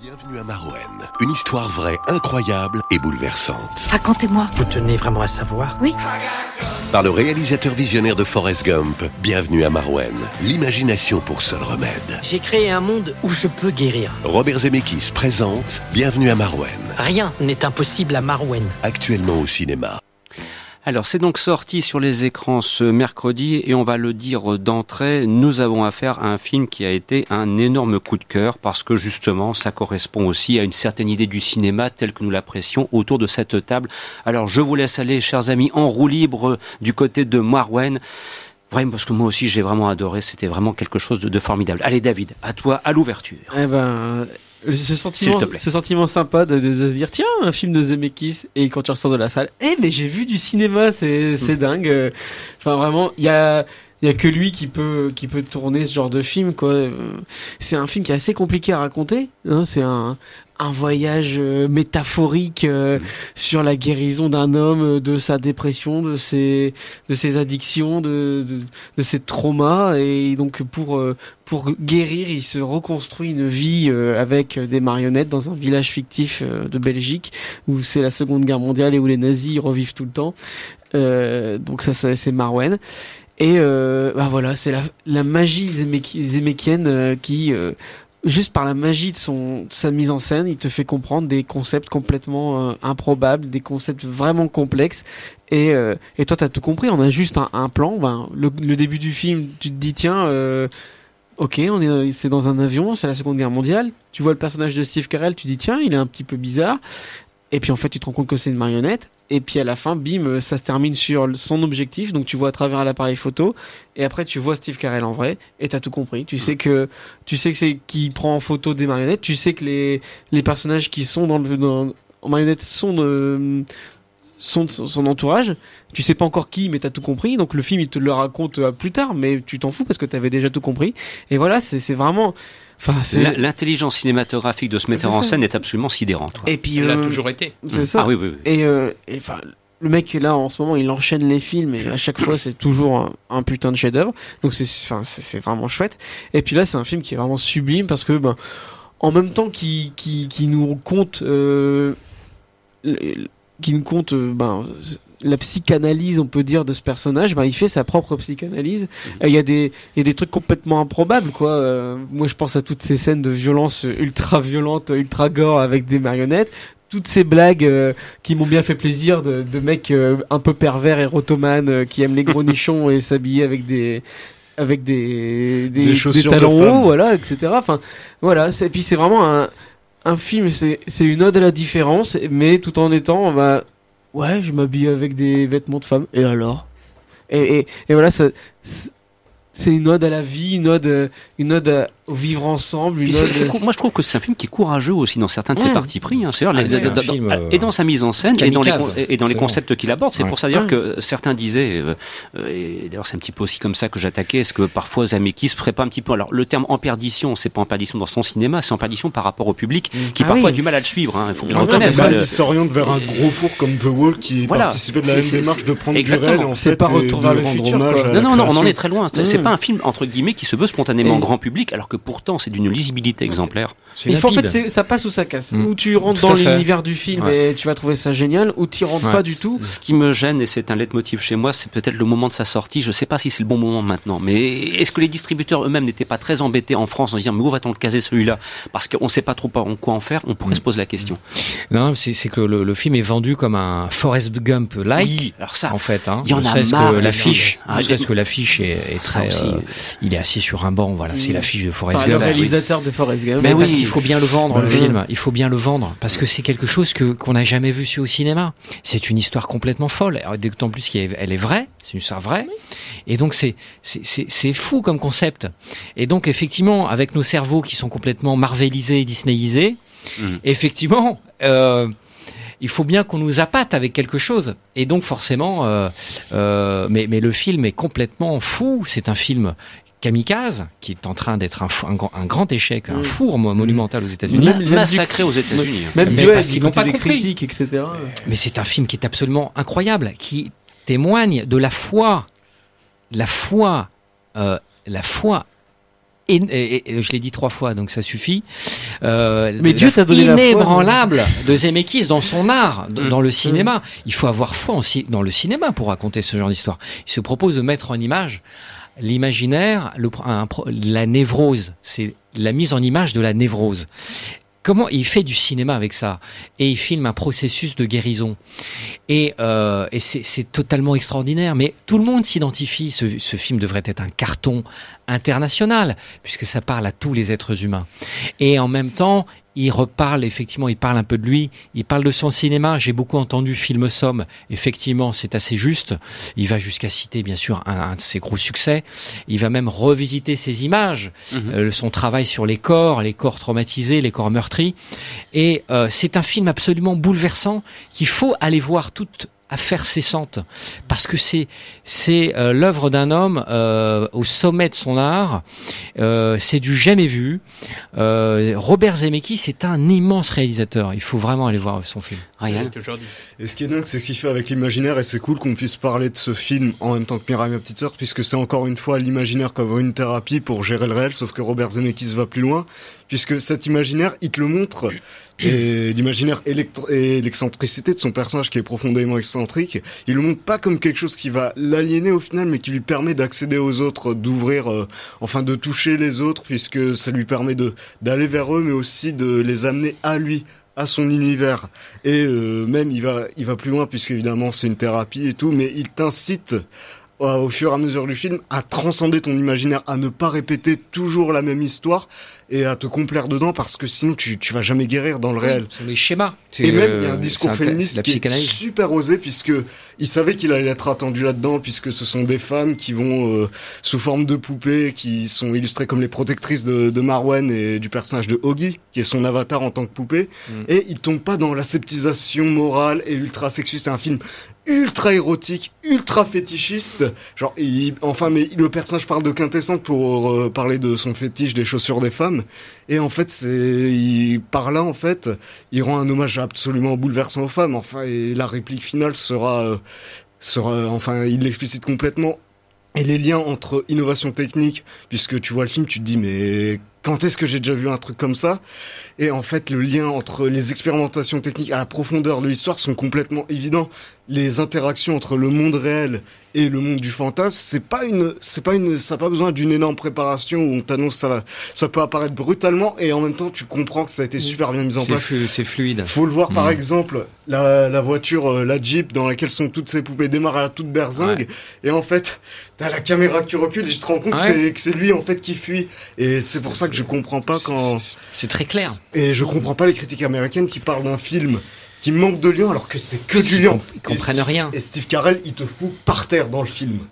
Bienvenue à Marouane, une histoire vraie, incroyable et bouleversante. Racontez-moi. Vous tenez vraiment à savoir ? Oui. Par le réalisateur visionnaire de Forrest Gump, Bienvenue à Marouane, l'imagination pour seul remède. J'ai créé un monde où je peux guérir. Robert Zemeckis présente Bienvenue à Marouane. Rien n'est impossible à Marouane. Actuellement au cinéma. Alors c'est donc sorti sur les écrans ce mercredi et on va le dire d'entrée, nous avons affaire à un film qui a été un énorme coup de cœur parce que justement ça correspond aussi à une certaine idée du cinéma telle que nous l'apprécions autour de cette table. Alors je vous laisse aller, chers amis, en roue libre du côté de Marouane. Ouais, parce que moi aussi j'ai vraiment adoré, c'était vraiment quelque chose de formidable. Allez David, à toi, à l'ouverture. Ce sentiment sympa de se dire tiens, un film de Zemeckis, et quand tu ressors de la salle, mais j'ai vu du cinéma, c'est dingue. Enfin vraiment, il y a que lui qui peut tourner ce genre de film, quoi. C'est un film qui est assez compliqué à raconter, hein. C'est un voyage métaphorique sur la guérison d'un homme, de sa dépression, de ses addictions, de ses traumas, et donc pour guérir, il se reconstruit une vie avec des marionnettes dans un village fictif de Belgique où c'est la Seconde Guerre mondiale et où les nazis revivent tout le temps. Donc ça c'est Marouane. Et voilà, c'est la magie zémékienne qui juste par la magie de sa mise en scène, il te fait comprendre des concepts complètement improbables, des concepts vraiment complexes. Et toi, t'as tout compris. On a juste un plan. Le début du film, tu te dis tiens, ok, c'est dans un avion, c'est la Seconde Guerre mondiale. Tu vois le personnage de Steve Carell, tu dis tiens, il est un petit peu bizarre. Et puis en fait, tu te rends compte que c'est une marionnette. Et puis à la fin, bim, ça se termine sur son objectif. Donc tu vois à travers l'appareil photo. Et après, tu vois Steve Carell en vrai. Et t'as tout compris. Tu sais que c'est qui prend en photo des marionnettes. Tu sais que les personnages qui sont en marionnette sont de son entourage. Tu sais pas encore qui, mais t'as tout compris. Donc le film, il te le raconte plus tard. Mais tu t'en fous parce que t'avais déjà tout compris. Et voilà, c'est vraiment... L'intelligence cinématographique de ce metteur en scène est absolument sidérante. Et puis, elle a toujours été. C'est ça. Ah oui. Et le mec là en ce moment, il enchaîne les films et à chaque fois c'est toujours un putain de chef-d'œuvre. Donc c'est vraiment chouette. Et puis là, c'est un film qui est vraiment sublime parce que en même temps qui nous conte la psychanalyse, on peut dire, de ce personnage, il fait sa propre psychanalyse. Il y a des trucs complètement improbables, quoi. Moi, je pense à toutes ces scènes de violence ultra violentes, ultra gore avec des marionnettes. Toutes ces blagues qui m'ont bien fait plaisir de mecs un peu pervers et rotomanes qui aiment les gros nichons et s'habiller avec des talons hauts, voilà, etc. Enfin, voilà. Et puis c'est vraiment un film, c'est une ode à la différence, mais tout en étant, ouais, je m'habille avec des vêtements de femme. Et alors ? Et voilà, c'est une ode à la vie, une ode au vivre ensemble. Moi, je trouve que c'est un film qui est courageux aussi dans certains de ses partis pris. Hein. Et dans sa mise en scène, et dans les concepts qu'il aborde. C'est pour ça d'ailleurs que certains disaient, et d'ailleurs c'est un petit peu aussi comme ça que j'attaquais, est-ce que parfois Zemeckis ferait pas un petit peu... Alors le terme en perdition, c'est pas en perdition dans son cinéma, c'est en perdition par rapport au public qui parfois a du mal à le suivre. Hein. Il faut qu'on le reconnaisse. Il s'oriente vers un gros four comme The Wall qui participait de la même démarche de prendre du réel en fait, pas retour vers le futur. Non, on en est très loin. C'est pas un film entre guillemets qui se veut spontanément grand public, alors que pourtant c'est d'une lisibilité exemplaire. Il faut en fait ça passe ou ça casse. Ou tu rentres dans l'univers du film et tu vas trouver ça génial, ou tu rentres pas du tout. Ce qui me gêne, et c'est un leitmotiv chez moi, c'est peut-être le moment de sa sortie. Je sais pas si c'est le bon moment maintenant, mais est-ce que les distributeurs eux-mêmes n'étaient pas très embêtés en France en disant mais où va-t-on le caser celui-là, parce qu'on sait pas trop quoi en faire. On pourrait se poser la question. Non, c'est que le film est vendu comme un Forrest Gump-like. Oui, alors ça, en fait, hein. Il y en a marre. Que l'affiche est très... il est assis sur un banc, voilà, c'est l'affiche de Forrest Gump. Le réalisateur de Forrest Gump. Mais parce qu'il faut bien le vendre, le film. Il faut bien le vendre, parce que c'est quelque chose qu'on n'a jamais vu au cinéma. C'est une histoire complètement folle. D'autant plus qu'elle est vraie, c'est une histoire vraie. Et donc c'est fou comme concept. Et donc effectivement, avec nos cerveaux qui sont complètement marvelisés et disneyisés, effectivement... il faut bien qu'on nous appâte avec quelque chose. Et donc forcément, mais le film est complètement fou. C'est un film kamikaze qui est en train d'être un grand échec, un four monumental aux États-Unis, massacré aux États-Unis. Même parce qu'ils n'ont pas compris, critiques, etc. Mais c'est un film qui est absolument incroyable, qui témoigne de la foi et je l'ai dit 3 fois, donc ça suffit. Mais Dieu t'a donné inébranlable de Zemeckis dans son art, dans le cinéma. Il faut avoir foi dans le cinéma pour raconter ce genre d'histoire. Il se propose de mettre en image l'imaginaire, la névrose. C'est la mise en image de la névrose. Comment il fait du cinéma avec ça, et il filme un processus de guérison, et c'est totalement extraordinaire. Mais tout le monde s'identifie. Ce film devrait être un carton international puisque ça parle à tous les êtres humains. Et en même temps, il reparle, effectivement, il parle un peu de lui, il parle de son cinéma. J'ai beaucoup entendu Film Somme, effectivement, c'est assez juste. Il va jusqu'à citer, bien sûr, un de ses gros succès. Il va même revisiter ses images, son travail sur les corps traumatisés, les corps meurtris. Et c'est un film absolument bouleversant qu'il faut aller voir toute affaire cessante, parce que c'est l'œuvre d'un homme au sommet de son art. C'est du jamais vu. Robert Zemeckis est un immense réalisateur. Il faut vraiment aller voir son film. Ryan. Et ce qui est dingue, c'est ce qu'il fait avec l'imaginaire, et c'est cool qu'on puisse parler de ce film en même temps que Mirai, ma petite sœur, puisque c'est encore une fois l'imaginaire comme une thérapie pour gérer le réel, sauf que Robert Zemeckis va plus loin, puisque cet imaginaire, il te le montre. Et l'imaginaire et l'excentricité de son personnage qui est profondément excentrique, il le montre pas comme quelque chose qui va l'aliéner au final, mais qui lui permet d'accéder aux autres, d'ouvrir, enfin de toucher les autres, puisque ça lui permet d'aller vers eux, mais aussi de les amener à lui, à son univers. Et même il va plus loin, puisque évidemment c'est une thérapie et tout, mais il t'incite au fur et à mesure du film à transcender ton imaginaire, à ne pas répéter toujours la même histoire et à te complaire dedans, parce que sinon tu vas jamais guérir dans le réel. Ce sont les schémas. Et même il y a un discours féministe qui est super osé, puisque il savait qu'il allait être attendu là-dedans, puisque ce sont des femmes qui vont sous forme de poupées, qui sont illustrées comme les protectrices de Marwen et du personnage de Oggy, qui est son avatar en tant que poupée. Et il tombe pas dans l'aseptisation morale et ultra sexuiste. C'est un film ultra érotique, ultra fétichiste. Genre, mais le personnage parle de quintessence pour parler de son fétiche des chaussures des femmes. Et en fait, par là, en fait, il rend un hommage absolument bouleversant aux femmes. Enfin, et la réplique finale sera, il l'explicite complètement. Et les liens entre innovation technique, puisque tu vois le film, tu te dis, mais quand est-ce que j'ai déjà vu un truc comme ça? Et en fait, le lien entre les expérimentations techniques à la profondeur de l'histoire sont complètement évidents. Les interactions entre le monde réel et le monde du fantasme, ça n'a pas besoin d'une énorme préparation où on t'annonce ça peut apparaître brutalement, et en même temps, tu comprends que ça a été super bien mis en place. C'est fluide. Faut le voir, par exemple, la voiture, la Jeep dans laquelle sont toutes ces poupées démarre à toute berzingue, et en fait, t'as la caméra qui recule et tu te rends compte que c'est lui, en fait, qui fuit. Et c'est pour ça que je comprends pas quand... C'est très clair. Et je comprends pas les critiques américaines qui parlent d'un film qui manque de liens alors que c'est que du lien. Ils comprennent rien. Et Steve Carell, il te fout par terre dans le film.